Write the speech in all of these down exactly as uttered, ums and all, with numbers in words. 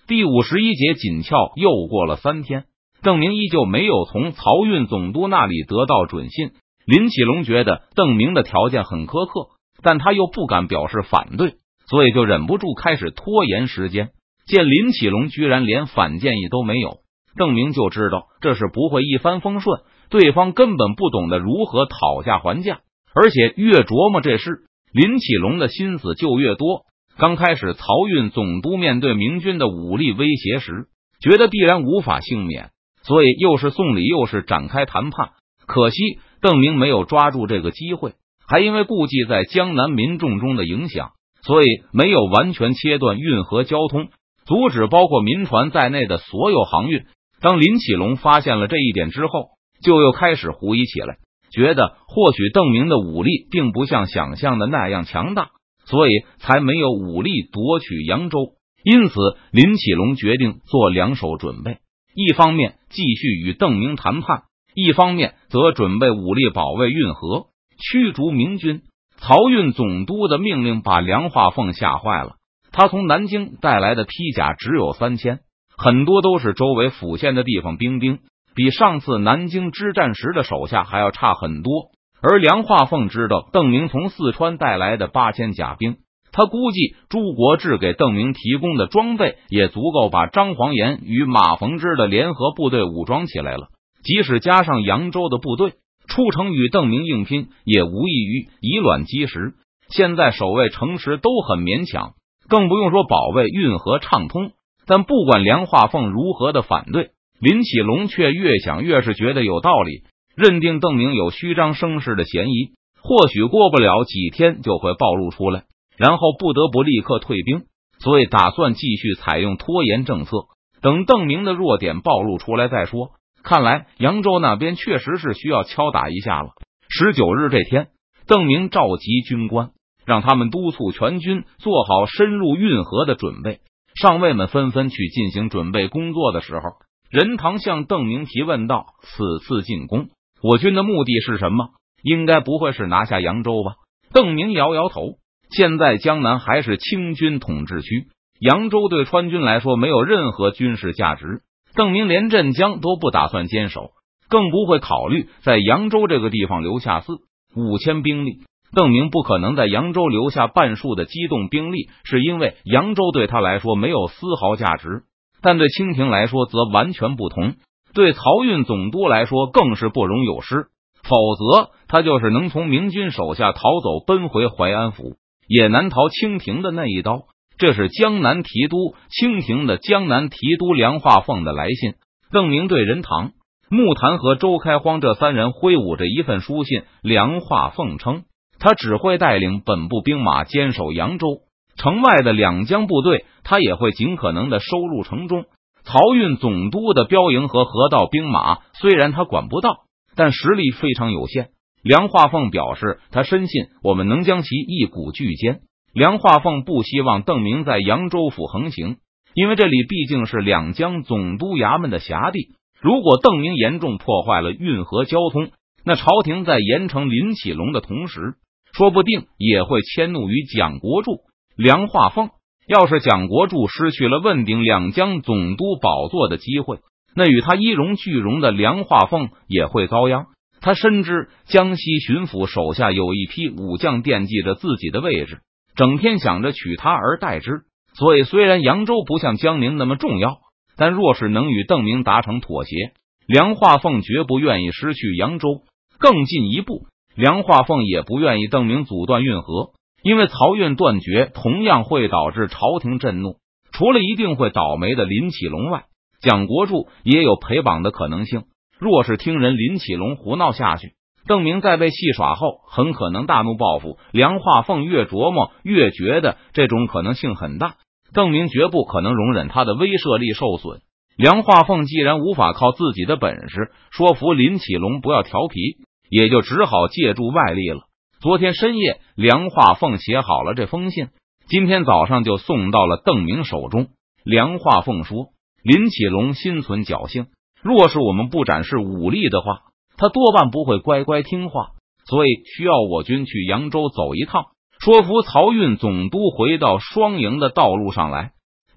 第五十一节紧俏又过了三天，邓明依旧没有从漕运总督那里得到准信。林启龙觉得邓明的条件很苛刻，但他又不敢表示反对，所以就忍不住开始拖延时间。见林启龙居然连反建议都没有，邓明就知道这是不会一帆风顺，对方根本不懂得如何讨价还价，而且越琢磨这事，林启龙的心思就越多。刚开始漕运总督面对明军的武力威胁时，觉得必然无法幸免，所以又是送礼又是展开谈判。可惜邓明没有抓住这个机会，还因为顾忌在江南民众中的影响，所以没有完全切断运河交通，阻止包括民船在内的所有航运。当林启龙发现了这一点之后，就又开始狐疑起来，觉得或许邓明的武力并不像想象的那样强大，所以才没有武力夺取扬州。因此林启龙决定做两手准备，一方面继续与邓明谈判，一方面则准备武力保卫运河，驱逐明军。漕运总督的命令把梁化凤吓坏了，他从南京带来的披甲只有三千，很多都是周围府县的地方兵丁，比上次南京之战时的手下还要差很多。而梁化凤知道邓明从四川带来的八千甲兵，他估计朱国治给邓明提供的装备也足够把张煌岩与马逢之的联合部队武装起来了，即使加上扬州的部队出城与邓明硬拼，也无异于以卵击石。现在守卫城池都很勉强，更不用说保卫运河畅通。但不管梁化凤如何的反对，林启龙却越想越是觉得有道理，认定邓明有虚张声势的嫌疑，或许过不了几天就会暴露出来，然后不得不立刻退兵，所以打算继续采用拖延政策，等邓明的弱点暴露出来再说。看来扬州那边确实是需要敲打一下了。十九日这天，邓明召集军官，让他们督促全军做好深入运河的准备。上尉们纷纷去进行准备工作的时候，任堂向邓明提问道：此次进攻，我军的目的是什么？应该不会是拿下扬州吧？邓明摇摇头，现在江南还是清军统治区，扬州对川军来说没有任何军事价值，邓明连镇江都不打算坚守，更不会考虑在扬州这个地方留下四五千兵力。邓明不可能在扬州留下半数的机动兵力，是因为扬州对他来说没有丝毫价值，但对清廷来说则完全不同，对漕运总督来说更是不容有失，否则他就是能从明军手下逃走奔回淮安府，也难逃清廷的那一刀。这是江南提督清廷的江南提督梁化凤的来信。邓明对任堂、穆谭和周开荒这三人挥舞着一份书信。梁化凤称他只会带领本部兵马坚守扬州，城外的两江部队他也会尽可能的收入城中。漕运总督的标营和河道兵马虽然他管不到，但实力非常有限。梁化凤表示他深信我们能将其一鼓拒歼。梁化凤不希望邓明在扬州府横行，因为这里毕竟是两江总督衙门的辖地，如果邓明严重破坏了运河交通，那朝廷在严惩林启龙的同时，说不定也会迁怒于蒋国柱。梁化凤要是蒋国柱失去了问鼎两江总督宝座的机会，那与他一荣俱荣的梁化凤也会遭殃。他深知江西巡抚手下有一批武将惦记着自己的位置，整天想着取他而代之，所以虽然扬州不像江宁那么重要，但若是能与邓明达成妥协，梁化凤绝不愿意失去扬州。更进一步，梁化凤也不愿意邓明阻断运河，因为漕运断绝同样会导致朝廷震怒，除了一定会倒霉的林启龙外，蒋国柱也有陪绑的可能性。若是听人林启龙胡闹下去，邓明在被戏耍后很可能大怒报复。梁化凤越琢磨越觉得这种可能性很大，邓明绝不可能容忍他的威慑力受损。梁化凤既然无法靠自己的本事说服林启龙不要调皮，也就只好借助外力了。昨天深夜，梁化凤写好了这封信，今天早上就送到了邓明手中。梁化凤说，林启龙心存侥幸，若是我们不展示武力的话，他多半不会乖乖听话，所以需要我军去扬州走一趟，说服漕运总督回到双营的道路上来。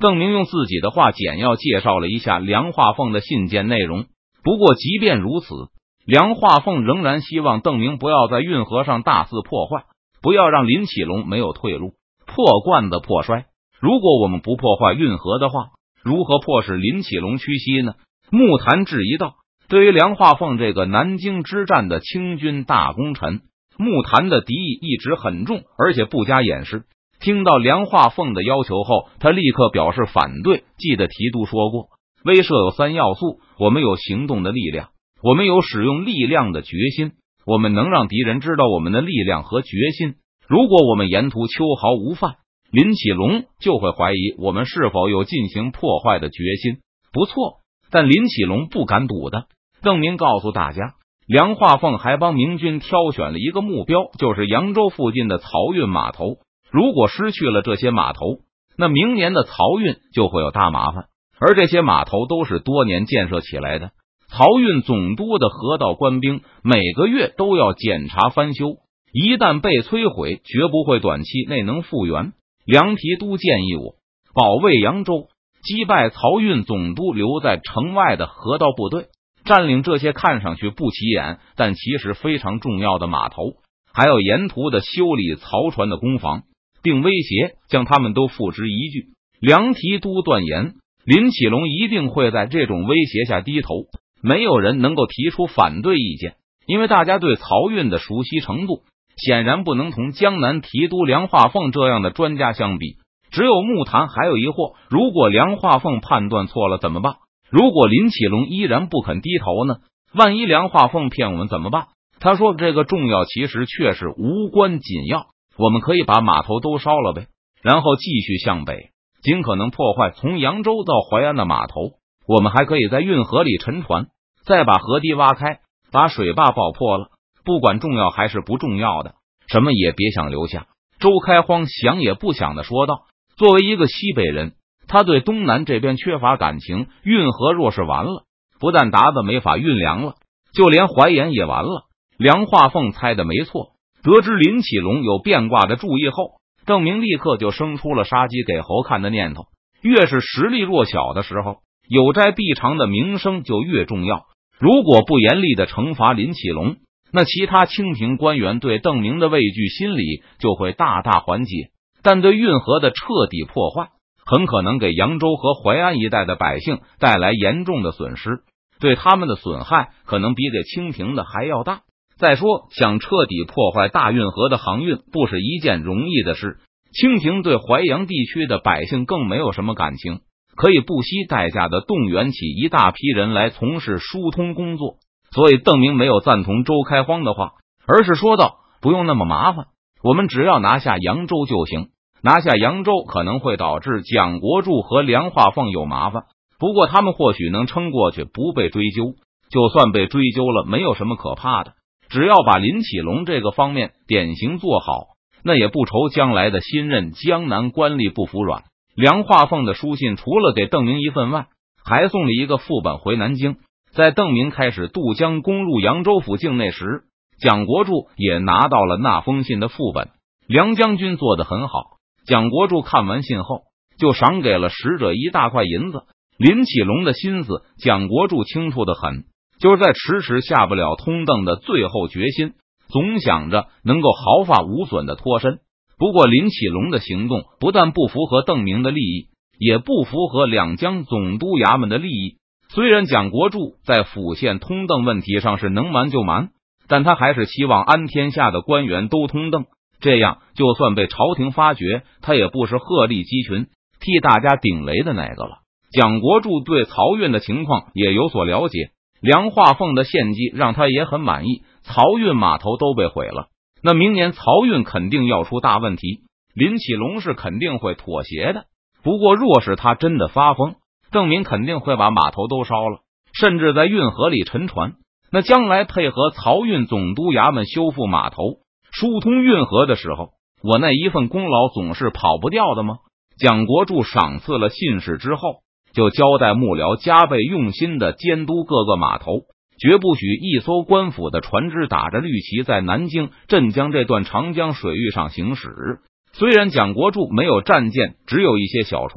邓明用自己的话简要介绍了一下梁化凤的信件内容。不过即便如此，梁化凤仍然希望邓明不要在运河上大肆破坏，不要让林启龙没有退路，破罐子破摔。如果我们不破坏运河的话，如何迫使林启龙屈膝呢？木坛质疑道。对于梁化凤这个南京之战的清军大功臣，木坛的敌意一直很重，而且不加掩饰。听到梁化凤的要求后，他立刻表示反对。记得提督说过，威慑有三要素，我们有行动的力量，我们有使用力量的决心，我们能让敌人知道我们的力量和决心。如果我们沿途秋毫无犯，林启龙就会怀疑我们是否有进行破坏的决心。不错，但林启龙不敢赌的。邓明告诉大家，梁化凤还帮明军挑选了一个目标，就是扬州附近的漕运码头。如果失去了这些码头，那明年的漕运就会有大麻烦，而这些码头都是多年建设起来的。漕运总督的河道官兵每个月都要检查翻修，一旦被摧毁，绝不会短期内能复原。梁提督建议我保卫扬州，击败漕运总督留在城外的河道部队，占领这些看上去不起眼但其实非常重要的码头，还有沿途的修理漕船的工房，并威胁将他们都付之一炬。梁提督断言，林启龙一定会在这种威胁下低头。没有人能够提出反对意见，因为大家对漕运的熟悉程度显然不能同江南提督梁化凤这样的专家相比。只有木坛还有疑惑，如果梁化凤判断错了怎么办？如果林启龙依然不肯低头呢？万一梁化凤骗我们怎么办？他说这个重要其实却是无关紧要，我们可以把码头都烧了呗，然后继续向北，尽可能破坏从扬州到淮安的码头。我们还可以在运河里沉船，再把河堤挖开，把水坝爆破了。不管重要还是不重要的，什么也别想留下。周开荒想也不想的说道。作为一个西北人，他对东南这边缺乏感情。运河若是完了，不但鞑子没法运粮了，就连淮盐也完了。梁化凤猜的没错，得知林启龙有变卦的注意后，邓明立刻就生出了杀鸡给猴看的念头。越是实力弱小的时候，有斋必偿的名声就越重要。如果不严厉的惩罚林启龙，那其他清廷官员对邓明的畏惧心理就会大大缓解。但对运河的彻底破坏，很可能给扬州和淮安一带的百姓带来严重的损失，对他们的损害可能比给清廷的还要大。再说，想彻底破坏大运河的航运不是一件容易的事，清廷对淮扬地区的百姓更没有什么感情，可以不惜代价的动员起一大批人来从事疏通工作。所以邓明没有赞同周开荒的话，而是说道，不用那么麻烦，我们只要拿下扬州就行。拿下扬州可能会导致蒋国柱和梁化凤有麻烦，不过他们或许能撑过去，不被追究。就算被追究了，没有什么可怕的，只要把林启龙这个方面典型做好，那也不愁将来的新任江南官吏不服软。梁化凤的书信除了给邓明一份外，还送了一个副本回南京。在邓明开始渡江攻入扬州府境内时，蒋国柱也拿到了那封信的副本。梁将军做得很好，蒋国柱看完信后就赏给了使者一大块银子。林启龙的心思蒋国柱清楚得很，就是在迟迟下不了通邓的最后决心，总想着能够毫发无损的脱身。不过林启龙的行动不但不符合邓明的利益，也不符合两江总督衙门的利益。虽然蒋国柱在府县通邓问题上是能瞒就瞒，但他还是希望安天下的官员都通邓，这样就算被朝廷发觉，他也不是鹤立鸡群替大家顶雷的那个了。蒋国柱对漕运的情况也有所了解，梁化凤的献计让他也很满意。漕运码头都被毁了，那明年漕运肯定要出大问题，林启龙是肯定会妥协的。不过若是他真的发疯，邓明肯定会把码头都烧了，甚至在运河里沉船。那将来配合漕运总督衙门修复码头、疏通运河的时候，我那一份功劳总是跑不掉的吗？蒋国柱赏赐了信使之后，就交代幕僚加倍用心的监督各个码头，绝不许一艘官府的船只打着绿旗在南京、镇江这段长江水域上行驶。虽然蒋国柱没有战舰，只有一些小船，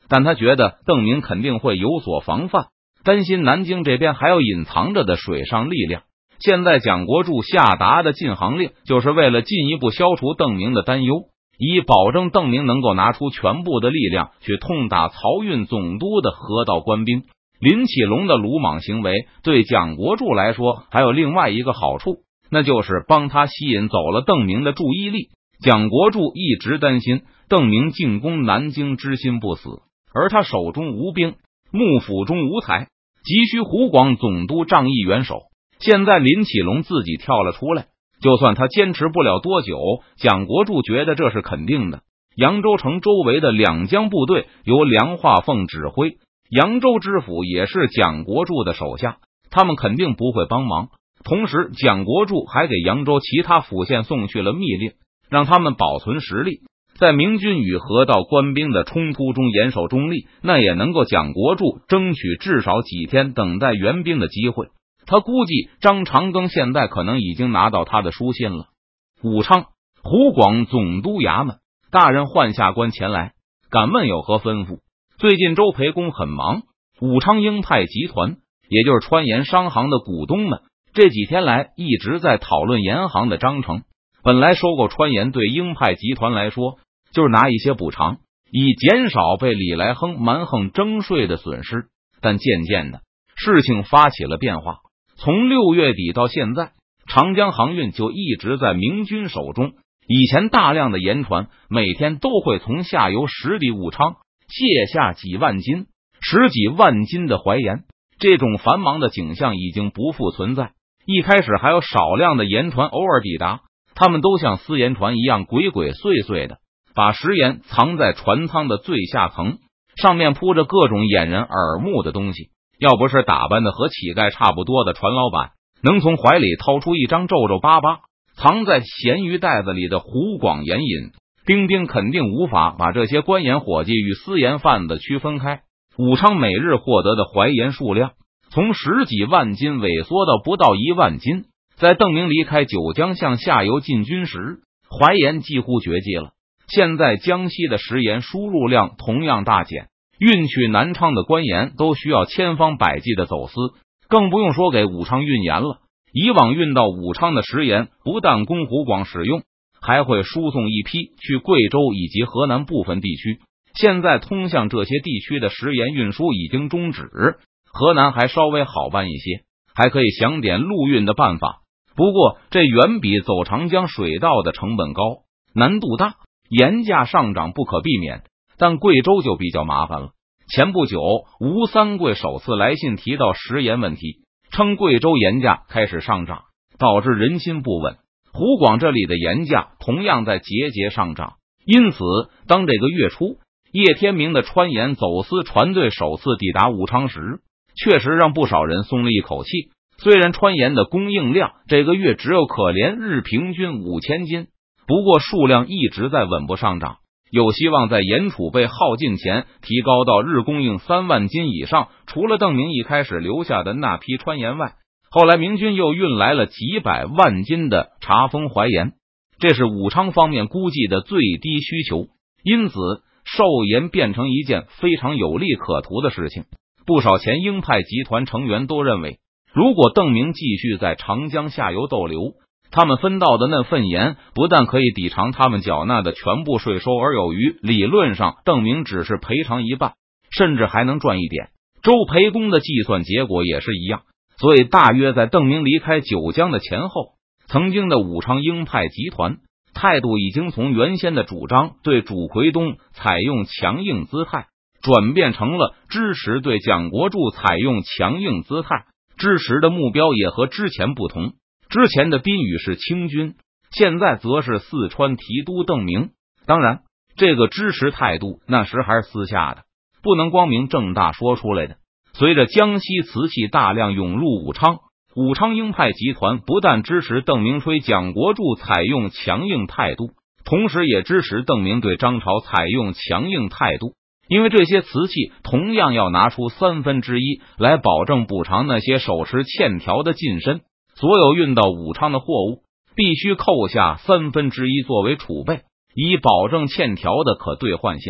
但他觉得邓明肯定会有所防范，担心南京这边还有隐藏着的水上力量。现在蒋国柱下达的禁航令，就是为了进一步消除邓明的担忧，以保证邓明能够拿出全部的力量去痛打漕运总督的河道官兵。林启龙的鲁莽行为对蒋国柱来说还有另外一个好处，那就是帮他吸引走了邓明的注意力。蒋国柱一直担心邓明进攻南京之心不死，而他手中无兵，幕府中无财，急需湖广总督仗义援手。现在林启龙自己跳了出来，就算他坚持不了多久，蒋国柱觉得这是肯定的。扬州城周围的两江部队由梁化凤指挥，扬州知府也是蒋国柱的手下，他们肯定不会帮忙。同时蒋国柱还给扬州其他府县送去了密令，让他们保存实力，在明军与河道官兵的冲突中严守中立，那也能够蒋国柱争取至少几天等待援兵的机会。他估计张长庚现在可能已经拿到他的书信了。武昌湖广总督衙门大人换下官前来，敢问有何吩咐？最近周培公很忙，武昌鹰派集团也就是川盐商行的股东们这几天来一直在讨论盐行的章程。本来收购川盐对鹰派集团来说就是拿一些补偿，以减少被李来亨蛮横征税的损失，但渐渐的事情发起了变化。从六月底到现在，长江航运就一直在明军手中。以前大量的盐船每天都会从下游十里武昌卸下几万斤、十几万斤的淮盐，这种繁忙的景象已经不复存在。一开始还有少量的盐船偶尔抵达，他们都像私盐船一样鬼鬼祟祟的把食盐藏在船舱的最下层，上面铺着各种掩人耳目的东西。要不是打扮的和乞丐差不多的船老板能从怀里掏出一张皱皱巴巴藏在咸鱼袋子里的湖广盐引，丁丁肯定无法把这些官盐伙计与私盐贩子区分开。武昌每日获得的淮盐数量从十几万斤萎缩到不到一万斤。在邓明离开九江向下游进军时，淮盐几乎绝迹了。现在江西的食盐输入量同样大减，运去南昌的官盐都需要千方百计的走私，更不用说给武昌运盐了。以往运到武昌的食盐不但供湖广使用，还会输送一批去贵州以及河南部分地区。现在通向这些地区的食盐运输已经终止，河南还稍微好办一些，还可以想点陆运的办法。不过这远比走长江水道的成本高，难度大，盐价上涨不可避免。但贵州就比较麻烦了。前不久吴三桂首次来信提到食盐问题，称贵州盐价开始上涨，导致人心不稳。湖广这里的盐价同样在节节上涨，因此当这个月初叶天明的川盐走私船队首次抵达武昌时，确实让不少人松了一口气。虽然川盐的供应量这个月只有可怜日平均五千斤，不过数量一直在稳步上涨，有希望在盐储备耗尽前提高到日供应三万斤以上。除了邓明一开始留下的那批川盐外，后来明军又运来了几百万斤的察丰淮盐，这是武昌方面估计的最低需求，因此售盐变成一件非常有利可图的事情。不少前鹰派集团成员都认为，如果邓明继续在长江下游逗留，他们分到的那份盐不但可以抵偿他们缴纳的全部税收而有余，理论上邓明只是赔偿一半，甚至还能赚一点。周培公的计算结果也是一样，所以大约在邓明离开九江的前后，曾经的武昌鹰派集团态度已经从原先的主张对主奎东采用强硬姿态，转变成了支持对蒋国柱采用强硬姿态。支持的目标也和之前不同，之前的宾语是清军，现在则是四川提督邓明。当然这个支持态度那时还是私下的，不能光明正大说出来的。随着江西瓷器大量涌入武昌，武昌鹰派集团不但支持邓明吹蒋国柱采用强硬态度，同时也支持邓明对张朝采用强硬态度，因为这些瓷器同样要拿出三分之一来保证补偿那些手持欠条的近身，所有运到武昌的货物必须扣下三分之一作为储备，以保证欠条的可兑换性。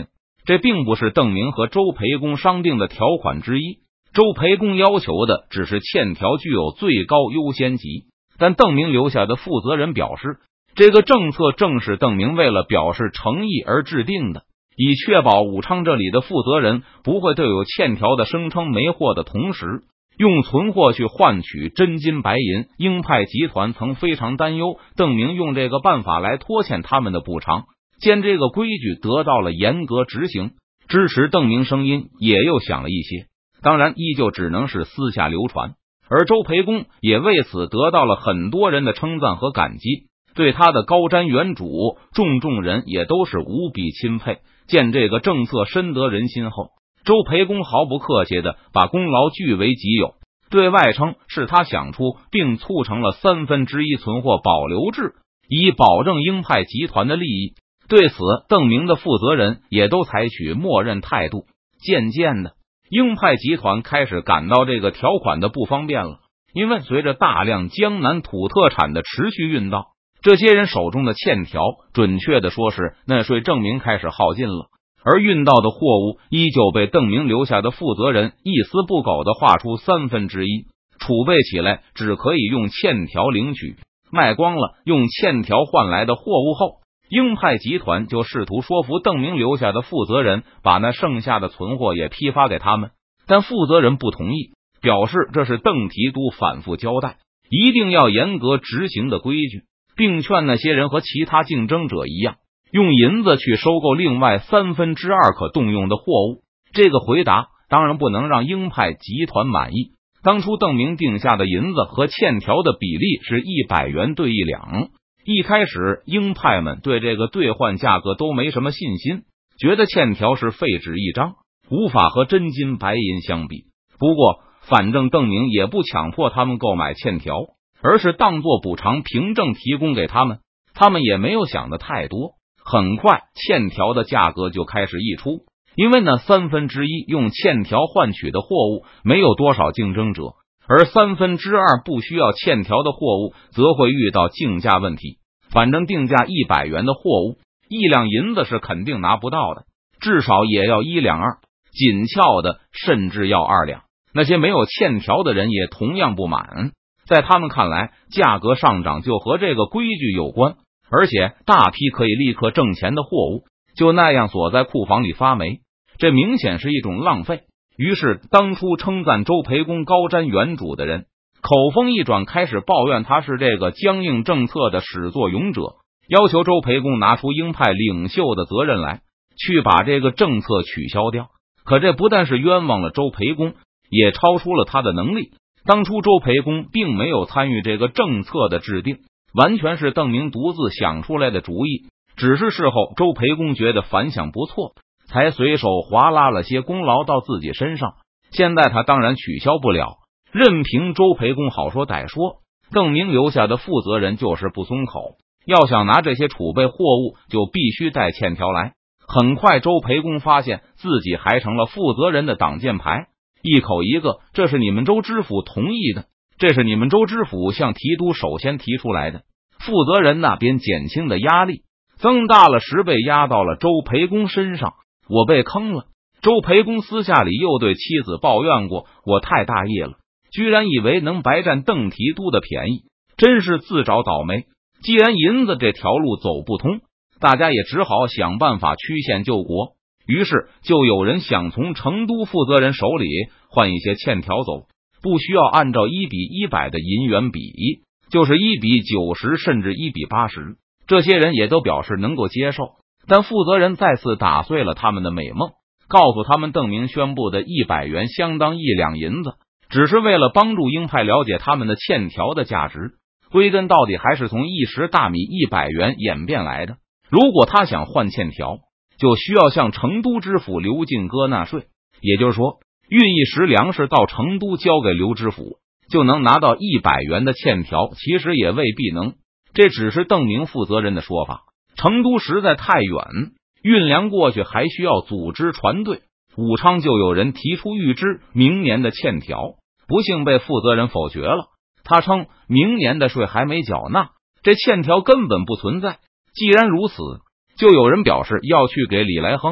这并不是邓明和周培公商定的条款之一。周培公要求的只是欠条具有最高优先级，但邓明留下的负责人表示，这个政策正是邓明为了表示诚意而制定的，以确保武昌这里的负责人不会对有欠条的声称没货的同时，用存货去换取真金白银。鹰派集团曾非常担忧邓明用这个办法来拖欠他们的补偿，见这个规矩得到了严格执行，支持邓明声音也又响了一些，当然依旧只能是私下流传。而周培公也为此得到了很多人的称赞和感激，对他的高瞻远瞩，众众人也都是无比钦佩。见这个政策深得人心后，周培公毫不客气的把功劳据为己有，对外称是他想出并促成了三分之一存货保留制，以保证鹰派集团的利益。对此，邓明的负责人也都采取默认态度。渐渐的，鹰派集团开始感到这个条款的不方便了，因为随着大量江南土特产的持续运到，这些人手中的欠条，准确的说是纳税证明开始耗尽了，而运到的货物依旧被邓明留下的负责人一丝不苟的划出三分之一，储备起来只可以用欠条领取，卖光了用欠条换来的货物后，鹰派集团就试图说服邓明留下的负责人把那剩下的存货也批发给他们，但负责人不同意，表示这是邓提督反复交代一定要严格执行的规矩，并劝那些人和其他竞争者一样，用银子去收购另外三分之二可动用的货物。这个回答当然不能让鹰派集团满意。当初邓明定下的银子和欠条的比例是一百元兑一两，一开始鹰派们对这个兑换价格都没什么信心，觉得欠条是废纸一张，无法和真金白银相比。不过反正邓明也不强迫他们购买欠条，而是当作补偿凭证提供给他们，他们也没有想的太多。很快欠条的价格就开始溢出，因为那三分之一用欠条换取的货物没有多少竞争者，而三分之二不需要欠条的货物则会遇到竞价问题。反正定价一百元的货物，一两银子是肯定拿不到的，至少也要一两二，紧俏的甚至要二两。那些没有欠条的人也同样不满，在他们看来，价格上涨就和这个规矩有关，而且大批可以立刻挣钱的货物就那样锁在库房里发霉，这明显是一种浪费。于是当初称赞周培公高瞻远瞩的人，口风一转，开始抱怨他是这个僵硬政策的始作俑者，要求周培公拿出鹰派领袖的责任来，去把这个政策取消掉。可这不但是冤枉了周培公，也超出了他的能力。当初周培公并没有参与这个政策的制定，完全是邓明独自想出来的主意，只是事后周培公觉得反响不错，才随手划拉了些功劳到自己身上。现在他当然取消不了，任凭周培公好说歹说，邓明留下的负责人就是不松口，要想拿这些储备货物就必须带欠条来。很快周培公发现自己还成了负责人的挡箭牌，一口一个这是你们州知府同意的，这是你们州知府向提督首先提出来的。负责人那边减轻的压力增大了十倍，压到了周培公身上。我被坑了。周培公私下里又对妻子抱怨过，我太大意了，居然以为能白占邓提督的便宜，真是自找倒霉。既然银子这条路走不通，大家也只好想办法曲线救国。于是就有人想从成都负责人手里换一些欠条走，不需要按照一比一百的银元比，就是一比九十甚至一比八十，这些人也都表示能够接受。但负责人再次打碎了他们的美梦，告诉他们邓明宣布的一百元相当一两银子，只是为了帮助鹰派了解他们的欠条的价值，归根到底还是从一石大米一百元演变来的。如果他想换欠条，就需要向成都知府刘进哥纳税，也就是说运一石粮食到成都交给刘知府，就能拿到一百元的欠条，其实也未必能，这只是邓明负责人的说法。成都实在太远，运粮过去还需要组织船队，武昌就有人提出预支明年的欠条，不幸被负责人否决了。他称明年的税还没缴纳，这欠条根本不存在。既然如此，就有人表示要去给李来亨、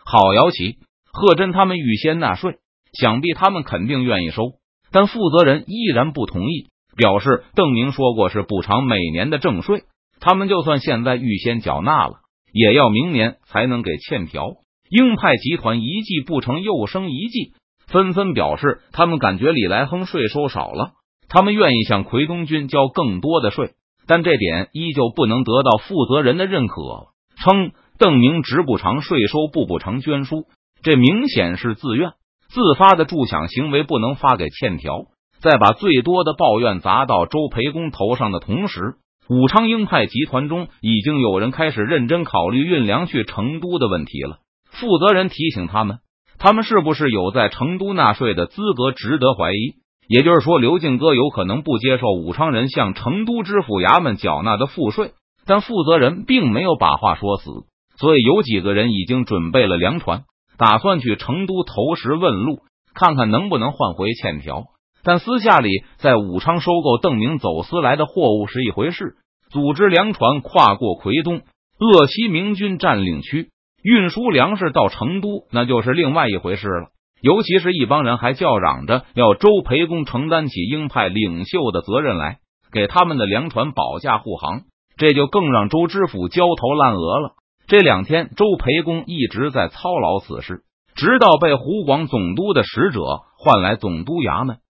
好摇旗，贺真他们预先纳税，想必他们肯定愿意收，但负责人依然不同意，表示邓明说过是补偿每年的正税，他们就算现在预先缴纳了，也要明年才能给欠条。鹰派集团一计不成又生一计，纷纷表示他们感觉李来亨税收少了，他们愿意向奎东军交更多的税，但这点依旧不能得到负责人的认可，称邓明直不偿税收不补偿捐书，这明显是自愿自发的助饷行为，不能发给欠条。在把最多的抱怨砸到周培公头上的同时，武昌鹰派集团中已经有人开始认真考虑运粮去成都的问题了。负责人提醒他们，他们是不是有在成都纳税的资格值得怀疑，也就是说刘敬哥有可能不接受武昌人向成都知府衙门缴纳的赋税，但负责人并没有把话说死，所以有几个人已经准备了粮船，打算去成都投石问路，看看能不能换回欠条。但私下里在武昌收购邓明走私来的货物是一回事，组织粮船跨过奎东、鄂西明军占领区运输粮食到成都，那就是另外一回事了。尤其是一帮人还叫嚷着要周培公承担起鹰派领袖的责任来，给他们的粮船保驾护航，这就更让周知府焦头烂额了。这两天周培公一直在操劳此事，直到被湖广总督的使者唤来总督衙门，